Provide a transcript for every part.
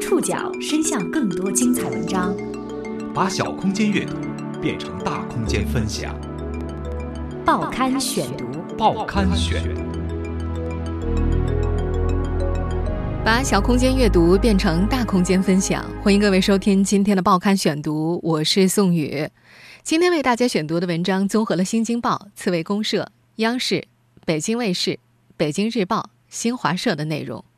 触角伸向更多精彩文章， 把小空间阅读变成大空间分享。 报刊选读， 报刊选。 把小空间阅读变成大空间分享，欢迎各位收听今天的报刊选读，我是宋宇。今天为大家选读的文章综合了《新京报》、刺猬公社、央视、北京卫视、北京日报、新华社的内容。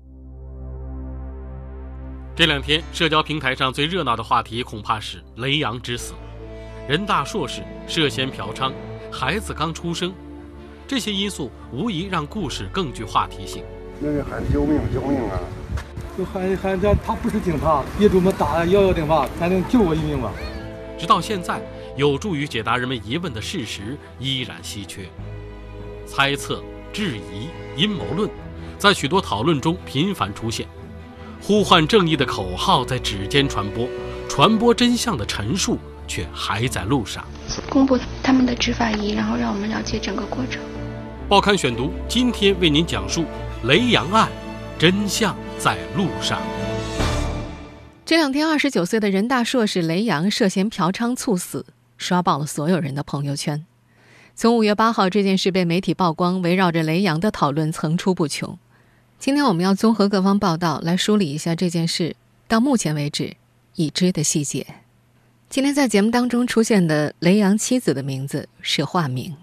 这两天社交平台上最热闹的话题恐怕是雷洋之死。人大硕士涉嫌嫖娼，孩子刚出生，这些因素无疑让故事更具话题性。 那是喊救命救命啊！ 就喊他不是警察，业主们打111电话，咱能救我一命吧？ 直到现在，有助于解答人们疑问的事实依然稀缺。猜测、质疑、阴谋论在许多讨论中频繁出现，呼唤正义的口号在指尖传播，传播真相的陈述却还在路上。 公布他们的执法仪，然后让我们了解整个过程。 报刊选读今天为您讲述雷洋案，真相在路上。 这两天29岁的人大硕士雷洋涉嫌嫖娼猝死，刷爆了所有人的朋友圈。从5月8号这件事被媒体曝光，围绕着雷洋的讨论层出不穷。今天我们要综合各方报道来梳理一下这件事到目前为止已知的细节。今天在节目当中出现的雷洋妻子的名字是化名。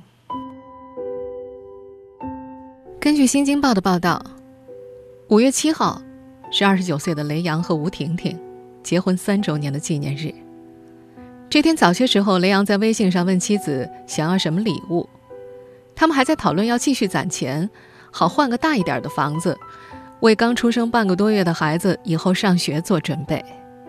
根据新京报的报道，5月7号是29岁的雷洋和吴婷婷结婚3周年的纪念日。这天早些时候，雷洋在微信上问妻子想要什么礼物，他们还在讨论要继续攒钱，好换个大一点的房子，为刚出生半个多月的孩子以后上学做准备。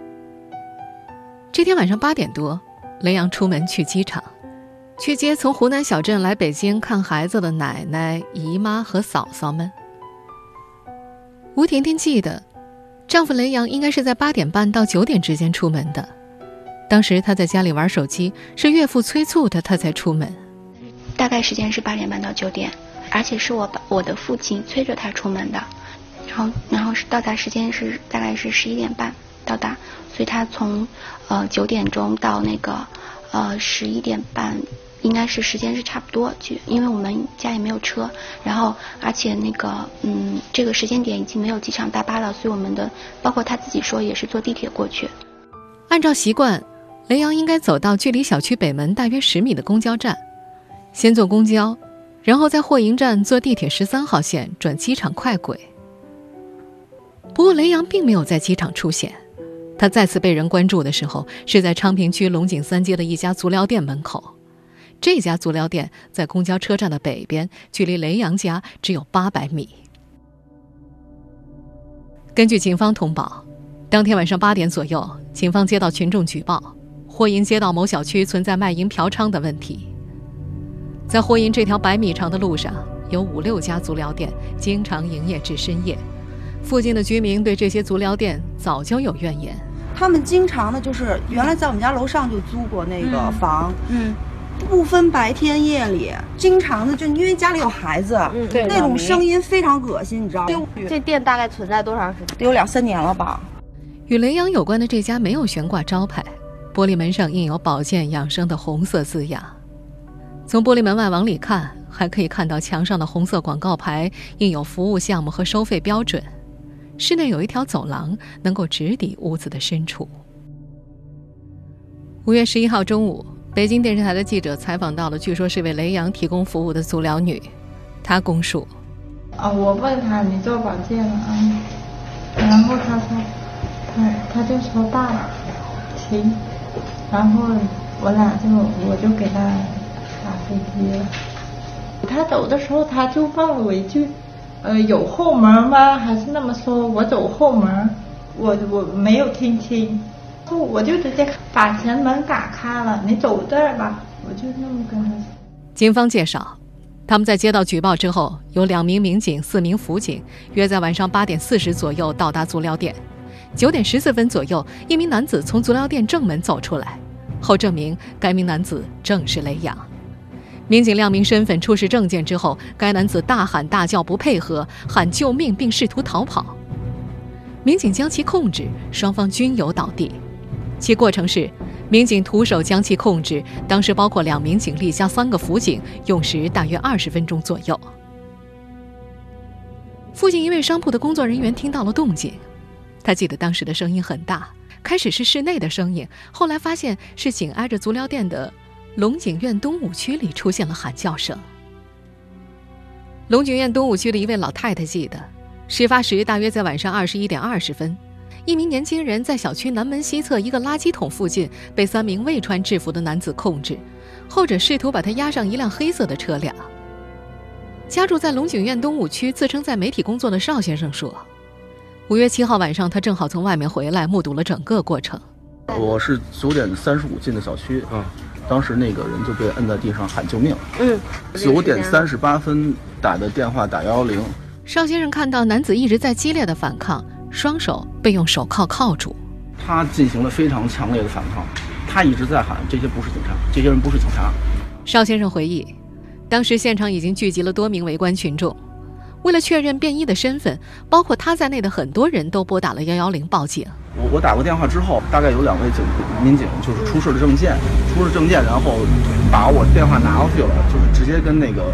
这天晚上8点多，雷洋出门去机场，去接从湖南小镇来北京看孩子的奶奶、姨妈和嫂嫂们。吴婷婷记得，丈夫雷洋应该是在8点半到9点之间出门的。当时他在家里玩手机，是岳父催促他才出门。 大概时间是8点半到9点，而且是我的父亲催着他出门的。然后是到达时间是大概是11点半到达，所以他从9点钟到那个11点半。应该是时间是差不多去，因为我们家也没有车，然后而且那个这个时间点已经没有机场大巴了，所以我们的包括他自己说也是坐地铁过去。 按照习惯，雷洋应该走到距离小区北门大约10米的公交站，先坐公交，然后在货营站坐地铁13号线转机场快轨。不过雷洋并没有在机场出现，他再次被人关注的时候是在昌平区龙井3街的一家足疗店门口。这家足疗店在公交车站的北边，距离雷洋家只有800米。根据警方通报，当天晚上8点左右，警方接到群众举报，货营街道某小区存在卖淫嫖娼的问题。在货营这条100米长的路上，有5、6家足疗店，经常营业至深夜。附近的居民对这些足疗店早就有怨言。 他们经常的就是原来在我们家楼上就租过那个房，不分白天夜里，经常的就因为家里有孩子， 对， 那种声音非常恶心，你知道吗？ 这店大概存在多长时间？ 得有2、3年了吧。 与雷洋有关的这家没有悬挂招牌，玻璃门上印有保健养生的红色字样。从玻璃门外往里看，还可以看到墙上的红色广告牌印有服务项目和收费标准。室内有一条走廊，能够直抵屋子的深处。5月11号中午，北京电视台的记者采访到了据说是为雷洋提供服务的足疗女，她供述： 我问她你做保健了啊？然后她说，她就说大了，行，然后我就给她打飞机了。她走的时候，她就问了我一句，有后门吗？还是那么说我走后门？我没有听清。我就直接把前门打开了，你走这儿吧，我就那么跟他说。 警方介绍，他们在接到举报之后，有2名民警、4名辅警，约在晚上8点40左右到达足疗店。9点14分左右，一名男子从足疗店正门走出来，后证明该名男子正是雷洋。民警亮明身份、出示证件之后，该男子大喊大叫不配合，喊救命并试图逃跑。 民警将其控制，双方均有倒地。其过程是，民警徒手将其控制，当时包括2名警力加3个辅警，用时大约20分钟左右。附近一位商铺的工作人员听到了动静，他记得当时的声音很大，开始是室内的声音，后来发现是紧挨着足疗店的龙井苑东五区里出现了喊叫声。龙井苑东五区的一位老太太记得，事发时大约在晚上21点20分，一名年轻人在小区南门西侧一个垃圾桶附近被3名未穿制服的男子控制，后者试图把他押上一辆黑色的车辆。家住在龙井苑东五区、自称在媒体工作的邵先生说，5月7号晚上他正好从外面回来，目睹了整个过程。 我是9点35进的小区，当时那个人就被摁在地上喊救命。9点38分打的电话打110。 邵先生看到男子一直在激烈的反抗，双手被用手铐铐住。 他进行了非常强烈的反抗，他一直在喊这些不是警察，这些人不是警察。 邵先生回忆，当时现场已经聚集了多名围观群众，为了确认便衣的身份，包括他在内的很多人都拨打了110报警。 我打过电话之后，大概有2位民警就是出示了证件，然后把我电话拿过去了，就是直接跟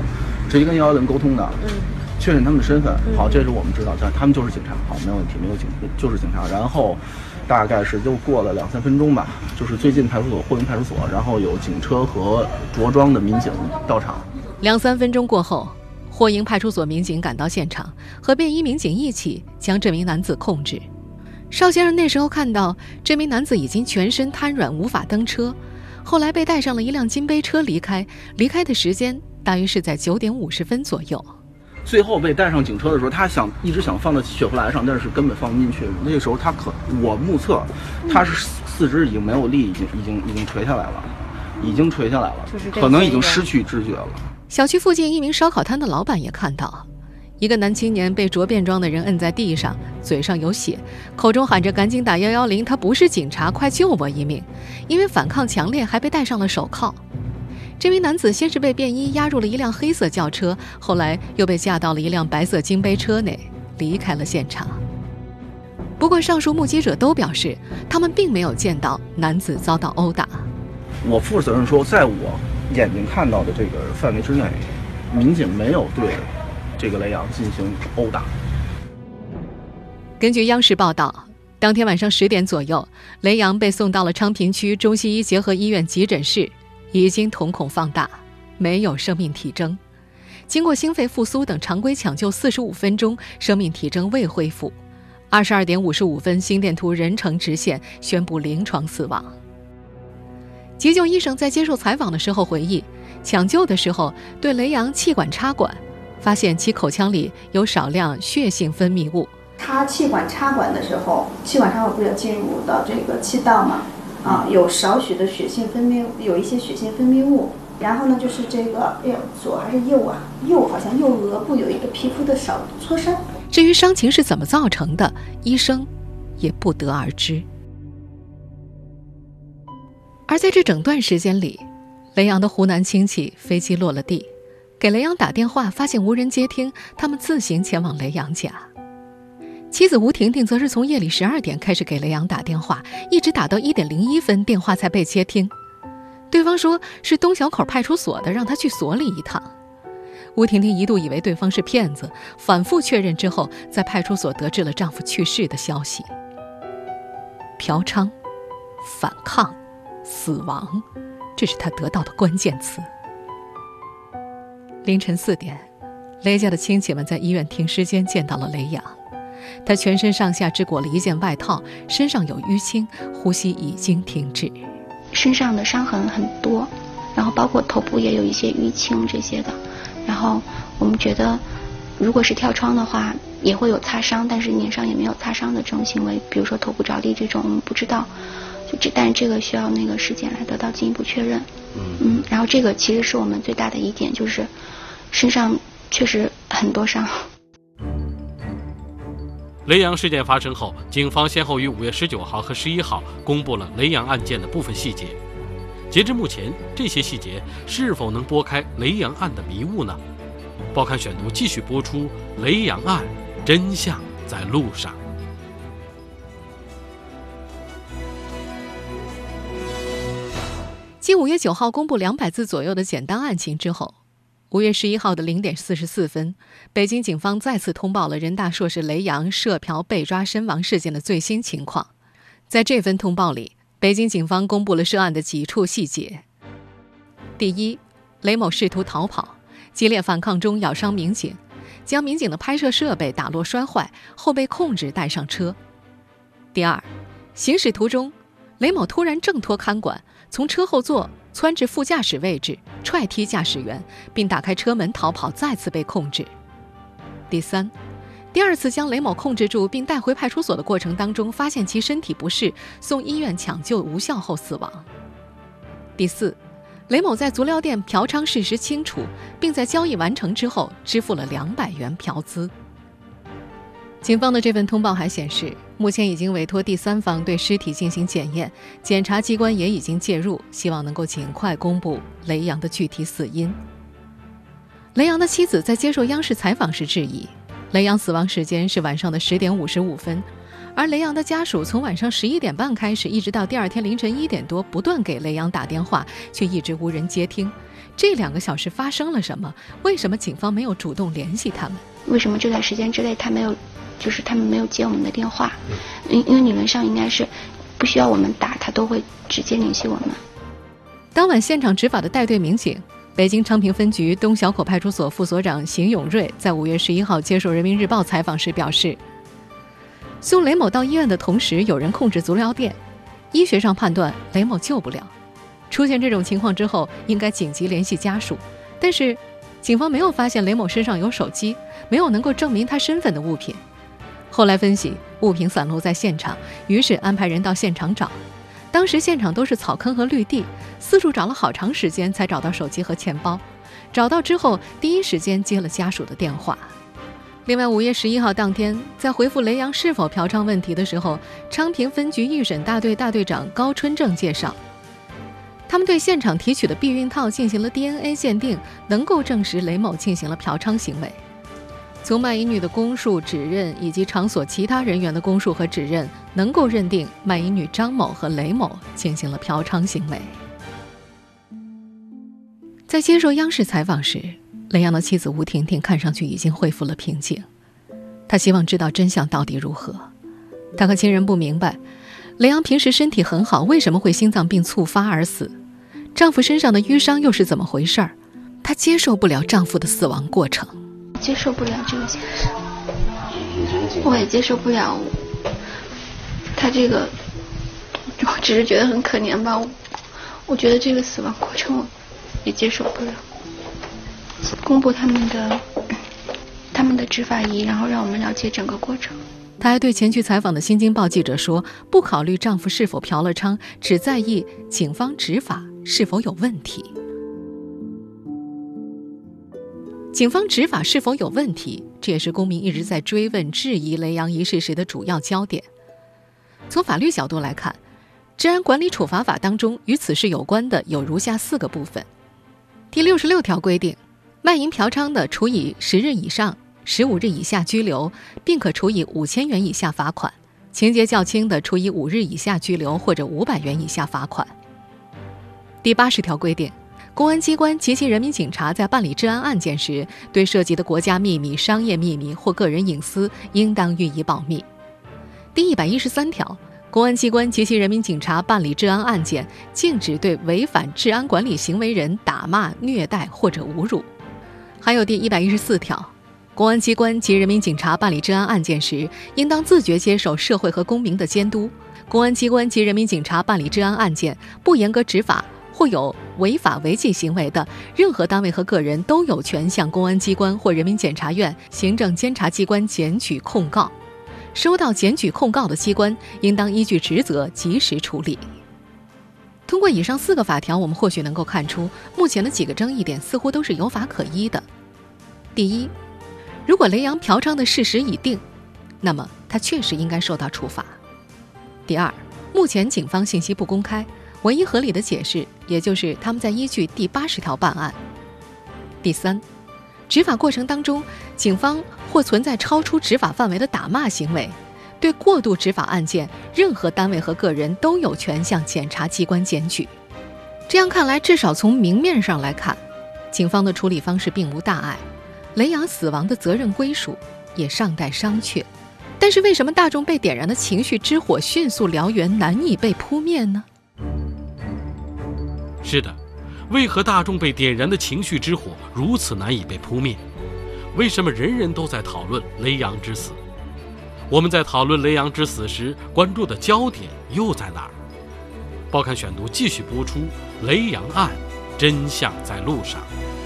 110沟通的，确认他们的身份。好，这是我们知道，他们就是警察。好，没有问题，就是警察。然后大概是又过了2-3分钟吧，就是最近派出所霍营派出所，然后有警车和着装的民警到场。 2-3分钟过后，霍营派出所民警赶到现场，和便衣民警一起将这名男子控制。邵先生那时候看到这名男子已经全身瘫软，无法登车，后来被带上了一辆金杯车离开的时间大约是在9点50分左右。 最后被带上警车的时候，他一直想放在雪佛兰上，但是根本放不进去。那个时候我目测他是四肢已经没有力，已经垂下来了，可能已经失去知觉了。 小区附近一名烧烤摊的老板也看到，一个男青年被着便装的人摁在地上，嘴上有血，口中喊着赶紧打110，他不是警察，快救我一命。因为反抗强烈，还被戴上了手铐。这名男子先是被便衣押入了一辆黑色轿车，后来又被架到了一辆白色金杯车内，离开了现场。不过上述目击者都表示，他们并没有见到男子遭到殴打。 我负责任说，在我眼睛看到的这个范围之内，民警没有对这个雷阳进行殴打。 根据央视报道，当天晚上10点左右，雷阳被送到了昌平区中西医结合医院急诊室，已经瞳孔放大，没有生命体征。经过心肺复苏等常规抢救45分钟，生命体征未恢复。22点55分，心电图人呈直线，宣布临床死亡。急救医生在接受采访的时候回忆，抢救的时候对雷阳气管插管，发现其口腔里有少量血性分泌物。 他气管插管的时候，气管插管不是要进入到这个气道吗？有少许的血性分泌，有一些血性分泌物。然后呢，就是这个左还是右啊？右好像右额部有一个皮肤的小挫伤。 至于伤情是怎么造成的，医生也不得而知。而在这整段时间里，雷阳的湖南亲戚飞机落了地，给雷阳打电话，发现无人接听，他们自行前往雷阳家。妻子吴婷婷则是从夜里12点开始给雷阳打电话，一直打到1点01分，电话才被接听。对方说是东小口派出所的，让他去所里一趟。吴婷婷一度以为对方是骗子，反复确认之后，在派出所得知了丈夫去世的消息。嫖娼、反抗、死亡，这是她得到的关键词。凌晨4点，雷家的亲戚们在医院停尸间见到了雷阳。他全身上下只裹了一件外套，身上有淤青，呼吸已经停止， 身上的伤痕很多，然后包括头部也有一些淤青这些的。然后我们觉得，如果是跳窗的话，也会有擦伤，但是脸上也没有擦伤的这种行为，比如说头部着地这种，我们不知道。但是这个需要那个尸检来得到进一步确认。然后这个其实是我们最大的疑点，就是身上确实很多伤。 雷阳事件发生后，警方先后于5月19号和11号公布了雷阳案件的部分细节。截至目前，这些细节是否能拨开雷阳案的迷雾呢？报刊选读继续播出《雷阳案》，真相在路上。 继5月9号公布200字左右的简单案情之后，5月11号的0点44分，北京警方再次通报了人大硕士雷洋涉嫖被抓身亡事件的最新情况。在这份通报里，北京警方公布了涉案的几处细节。第一，雷某试图逃跑，激烈反抗中咬伤民警，将民警的拍摄设备打落摔坏，后被控制带上车。第二，行驶途中，雷某突然挣脱看管，从车后座窜至副驾驶位置，踹踢驾驶员，并打开车门逃跑，再次被控制。第三，第二次将雷某控制住并带回派出所的过程当中，发现其身体不适，送医院抢救无效后死亡。第四，雷某在足疗店嫖娼事实清楚，并在交易完成之后支付了200元嫖资。警方的这份通报还显示，目前已经委托第三方对尸体进行检验，检察机关也已经介入，希望能够尽快公布雷洋的具体死因。雷洋的妻子在接受央视采访时质疑，雷洋死亡时间是晚上的10点55分，而雷洋的家属从晚上11点半开始，一直到第二天凌晨1点多，不断给雷洋打电话，却一直无人接听。这2个小时发生了什么？为什么警方没有主动联系他们？ 为什么这段时间之内他们没有接我们的电话？因为理论上应该是不需要我们打，他都会直接联系我们。 当晚现场执法的带队民警，北京昌平分局东小口派出所副所长邢永瑞在5月11号接受人民日报采访时表示，送雷某到医院的同时，有人控制足疗店，医学上判断雷某救不了。出现这种情况之后，应该紧急联系家属，但是警方没有发现雷某身上有手机，没有能够证明他身份的物品。后来分析，物品散落在现场，于是安排人到现场找。当时现场都是草坑和绿地，四处找了好长时间才找到手机和钱包。找到之后，第一时间接了家属的电话。另外5月11号当天，在回复雷洋是否嫖娼问题的时候，昌平分局预审大队大队长高春正介绍，他们对现场提取的避孕套进行了 DNA 鉴定，能够证实雷某进行了嫖娼行为。从卖淫女的供述、指认以及场所其他人员的供述和指认，能够认定卖淫女张某和雷某进行了嫖娼行为。在接受央视采访时，雷洋的妻子吴婷婷看上去已经恢复了平静，她希望知道真相到底如何。她和亲人不明白，雷洋平时身体很好，为什么会心脏病猝发而死？丈夫身上的淤伤又是怎么回事？她接受不了丈夫的死亡过程。 接受不了这个现实，我也接受不了他这个，我只是觉得很可怜吧。我觉得这个死亡过程我也接受不了。公布他们的执法仪，然后让我们了解整个过程。 她还对前去采访的《新京报》记者说，不考虑丈夫是否嫖了娼，只在意警方执法是否有问题。警方执法是否有问题，这也是公民一直在追问质疑雷洋一事时的主要焦点。从法律角度来看，治安管理处罚法当中与此事有关的有如下4个部分。第66条规定，卖淫嫖娼的，处以10日以上15日以下拘留，并可处以5000元以下罚款；情节较轻的，处以5日以下拘留或者500元以下罚款。第80条规定，公安机关及其人民警察在办理治安案件时，对涉及的国家秘密、商业秘密或个人隐私，应当予以保密。第113条，公安机关及其人民警察办理治安案件，禁止对违反治安管理行为人打骂、虐待或者侮辱。还有第114条，公安机关及人民警察办理治安案件时，应当自觉接受社会和公民的监督。公安机关及人民警察办理治安案件，不严格执法或有违法违纪行为的，任何单位和个人都有权向公安机关或人民检察院、行政监察机关检举控告。收到检举控告的机关，应当依据职责及时处理。通过以上4个法条，我们或许能够看出，目前的几个争议点似乎都是有法可依的。第一，如果雷洋嫖娼的事实已定，那么他确实应该受到处罚。第二，目前警方信息不公开，唯一合理的解释也就是他们在依据第80条办案。第三，执法过程当中，警方或存在超出执法范围的打骂行为，对过度执法案件，任何单位和个人都有权向检察机关检举。 这样看来，至少从明面上来看，警方的处理方式并无大碍，雷阳死亡的责任归属也尚待商榷。但是为什么大众被点燃的情绪之火迅速燎原，难以被扑灭呢？ 是的，为何大众被点燃的情绪之火如此难以被扑灭？为什么人人都在讨论雷阳之死？我们在讨论雷阳之死时，关注的焦点又在哪儿？报刊选读继续播出，雷阳案，真相在路上。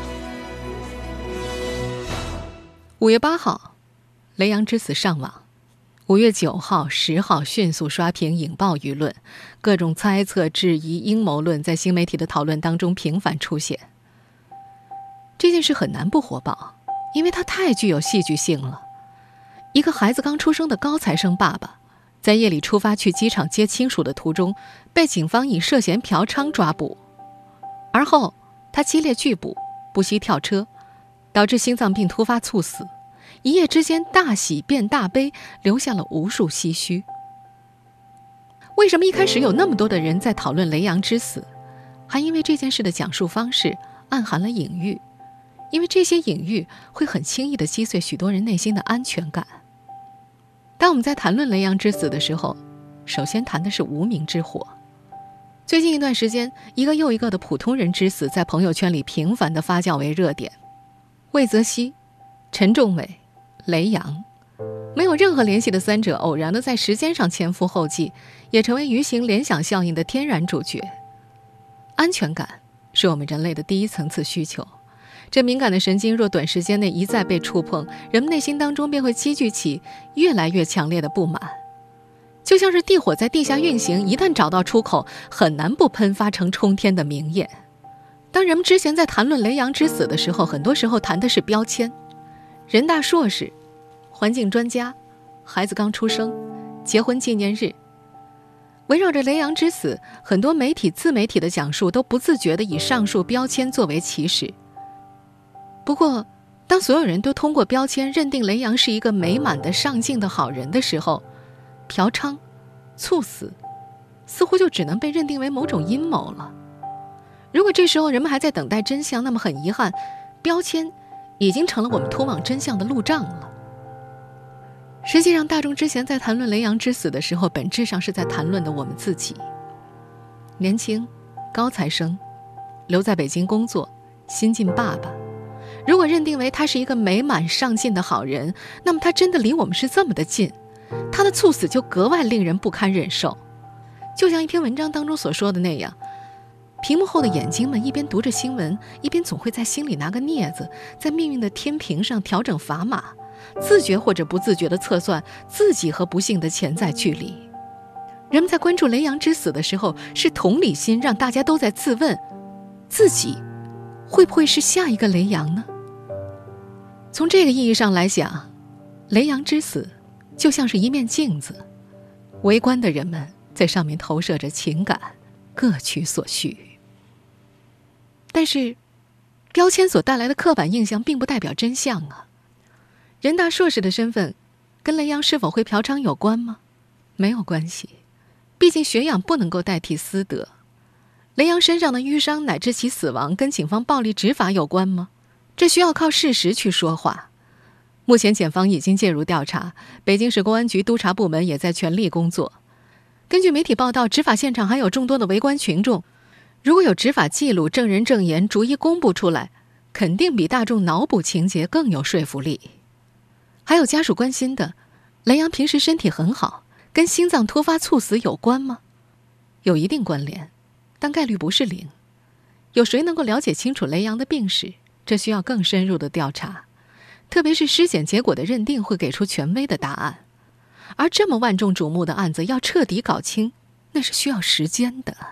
5月8号，雷阳之死上网。5月9号、10号迅速刷屏，引爆舆论，各种猜测、质疑、阴谋论在新媒体的讨论当中频繁出现。这件事很难不火爆，因为它太具有戏剧性了。一个孩子刚出生的高材生爸爸，在夜里出发去机场接亲属的途中，被警方以涉嫌嫖娼抓捕，而后他激烈拒捕，不惜跳车，导致心脏病突发猝死。一夜之间大喜变大悲，留下了无数唏嘘。为什么一开始有那么多的人在讨论雷阳之死？还因为这件事的讲述方式暗含了隐喻，因为这些隐喻会很轻易地击碎许多人内心的安全感。当我们在谈论雷阳之死的时候，首先谈的是无名之火。最近一段时间，一个又一个的普通人之死在朋友圈里频繁地发酵为热点。魏则西、陈仲伟、雷阳，没有任何联系的三者偶然地在时间上前赴后继，也成为舆情联想效应的天然主角。安全感是我们人类的第一层次需求，这敏感的神经若短时间内一再被触碰，人们内心当中便会积聚起越来越强烈的不满。就像是地火在地下运行，一旦找到出口，很难不喷发成冲天的明焰。当人们之前在谈论雷阳之死的时候，很多时候谈的是标签，人大硕士、环境专家、孩子刚出生、结婚纪念日。围绕着雷阳之死，很多媒体、自媒体的讲述都不自觉地以上述标签作为起始。不过，当所有人都通过标签认定雷阳是一个美满的、上进的好人的时候，嫖娼、猝死似乎就只能被认定为某种阴谋了。如果这时候人们还在等待真相，那么很遗憾，标签已经成了我们通往真相的路障了。实际上，大众之前在谈论雷阳之死的时候，本质上是在谈论的我们自己。年轻、高材生，留在北京工作，新晋爸爸。如果认定为他是一个美满上进的好人，那么他真的离我们是这么的近，他的猝死就格外令人不堪忍受。就像一篇文章当中所说的那样，屏幕后的眼睛们一边读着新闻，一边总会在心里拿个镊子，在命运的天平上调整砝码，自觉或者不自觉地测算自己和不幸的潜在距离。人们在关注雷阳之死的时候，是同理心让大家都在自问，自己会不会是下一个雷阳呢？从这个意义上来讲，雷阳之死就像是一面镜子，围观的人们在上面投射着情感，各取所需。但是标签所带来的刻板印象并不代表真相啊。人大硕士的身份跟雷阳是否会嫖娼有关吗？没有关系，毕竟学养不能够代替私德。雷阳身上的淤伤乃至其死亡跟警方暴力执法有关吗？这需要靠事实去说话。目前检方已经介入调查，北京市公安局督察部门也在全力工作。根据媒体报道，执法现场还有众多的围观群众，如果有执法记录、证人证言逐一公布出来，肯定比大众脑补情节更有说服力。还有家属关心的，雷阳平时身体很好，跟心脏突发猝死有关吗？有一定关联，但概率不是0。有谁能够了解清楚雷阳的病史？这需要更深入的调查，特别是尸检结果的认定会给出权威的答案。而这么万众瞩目的案子要彻底搞清，那是需要时间的。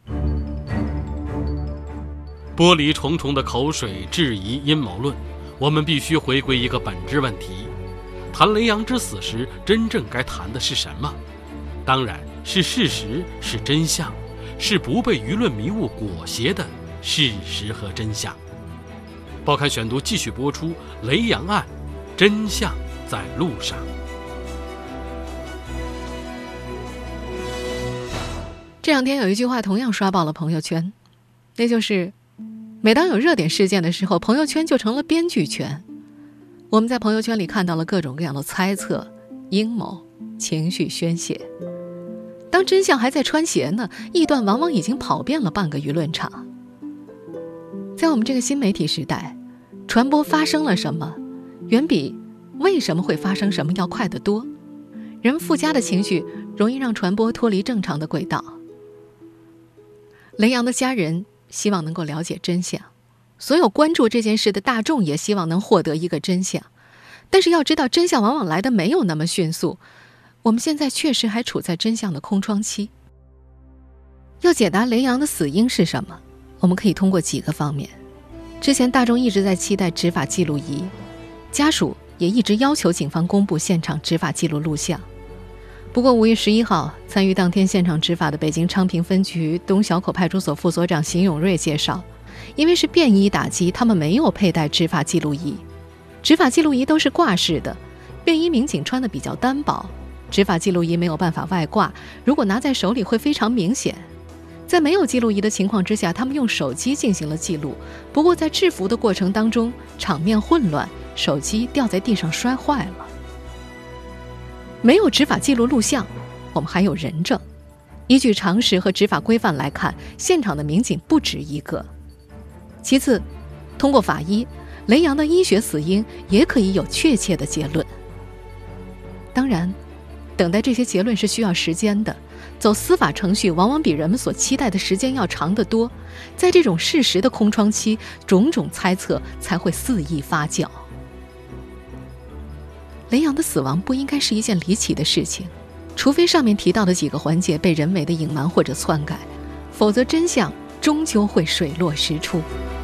剥离重重的口水、质疑、阴谋论，我们必须回归一个本质问题。谈雷阳之死时，真正该谈的是什么？当然是事实，是真相，是不被舆论迷雾裹挟的事实和真相。报刊选读继续播出，雷阳案，真相在路上。 这两天有一句话同样刷爆了朋友圈， 那就是每当有热点事件的时候，朋友圈就成了编剧圈。我们在朋友圈里看到了各种各样的猜测、阴谋、情绪宣泄。当真相还在穿鞋呢，臆断往往已经跑遍了半个舆论场。在我们这个新媒体时代，传播发生了什么，远比为什么会发生什么要快得多。人附加的情绪容易让传播脱离正常的轨道。雷洋的家人希望能够了解真相，所有关注这件事的大众也希望能获得一个真相。但是要知道，真相往往来得没有那么迅速。我们现在确实还处在真相的空窗期。要解答雷洋的死因是什么，我们可以通过几个方面。之前大众一直在期待执法记录仪，家属也一直要求警方公布现场执法记录录像。不过5月11号，参与当天现场执法的北京昌平分局东小口派出所副所长邢永瑞介绍，因为是便衣打击，他们没有佩戴执法记录仪。执法记录仪都是挂式的，便衣民警穿的比较单薄，执法记录仪没有办法外挂，如果拿在手里会非常明显。在没有记录仪的情况之下，他们用手机进行了记录，不过在制服的过程当中，场面混乱，手机掉在地上摔坏了。没有执法记录录像，我们还有人证。依据常识和执法规范来看，现场的民警不止一个。其次，通过法医，雷洋的医学死因也可以有确切的结论。当然，等待这些结论是需要时间的，走司法程序往往比人们所期待的时间要长得多。在这种事实的空窗期，种种猜测才会肆意发酵。雷洋的死亡不应该是一件离奇的事情，除非上面提到的几个环节被人为的隐瞒或者篡改，否则真相终究会水落石出。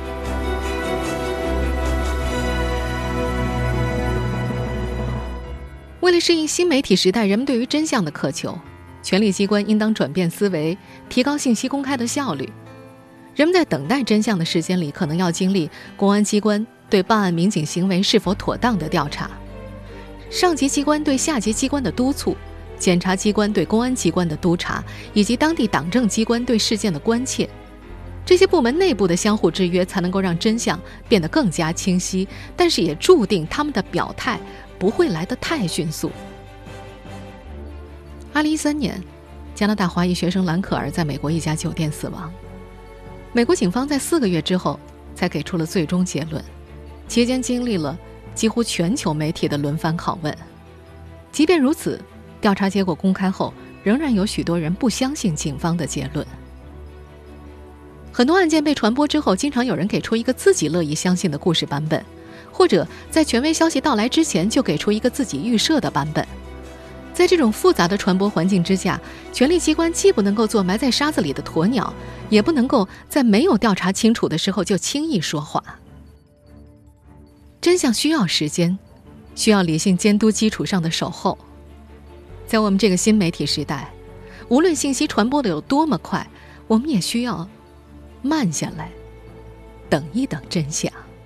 为了适应新媒体时代人们对于真相的渴求，权力机关应当转变思维，提高信息公开的效率。人们在等待真相的时间里，可能要经历公安机关对办案民警行为是否妥当的调查，上级机关对下级机关的督促，检察机关对公安机关的督查，以及当地党政机关对事件的关切。这些部门内部的相互制约才能够让真相变得更加清晰，但是也注定他们的表态不会来得太迅速。2013年，加拿大华裔学生兰可儿在美国一家酒店死亡。美国警方在4个月之后才给出了最终结论，期间经历了几乎全球媒体的轮番拷问。即便如此，调查结果公开后，仍然有许多人不相信警方的结论。很多案件被传播之后，经常有人给出一个自己乐意相信的故事版本，或者在权威消息到来之前就给出一个自己预设的版本。在这种复杂的传播环境之下，权力机关既不能够做埋在沙子里的鸵鸟，也不能够在没有调查清楚的时候就轻易说话。真相需要时间，需要理性监督基础上的守候。在我们这个新媒体时代，无论信息传播的有多么快，我们也需要慢下来，等一等真相。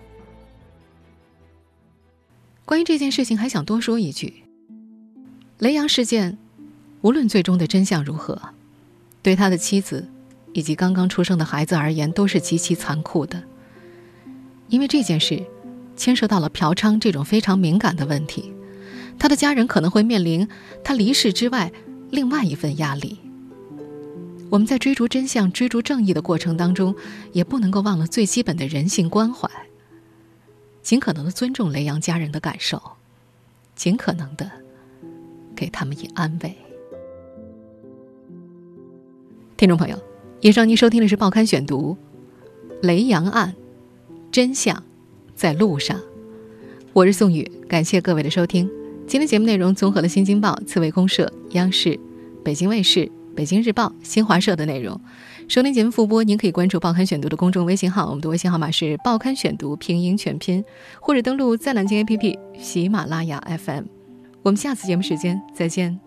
关于这件事情，还想多说一句，雷洋事件无论最终的真相如何，对他的妻子以及刚刚出生的孩子而言都是极其残酷的。因为这件事牵涉到了嫖娼这种非常敏感的问题，他的家人可能会面临他离世之外另外一份压力。我们在追逐真相、追逐正义的过程当中，也不能够忘了最基本的人性关怀，尽可能的尊重雷洋家人的感受，尽可能的给他们以安慰。听众朋友，以上您收听的是《报刊选读》，雷洋案，真相在路上。我是宋宇，感谢各位的收听。今天节目内容综合了新京报、刺猬公社、央视、北京卫视、北京日报、新华社的内容。收听节目复播，您可以关注《报刊选读》的公众微信号，我们的微信号码是《报刊选读》拼音全拼，或者登录在南京 APP、喜马拉雅 FM。我们下次节目时间再见。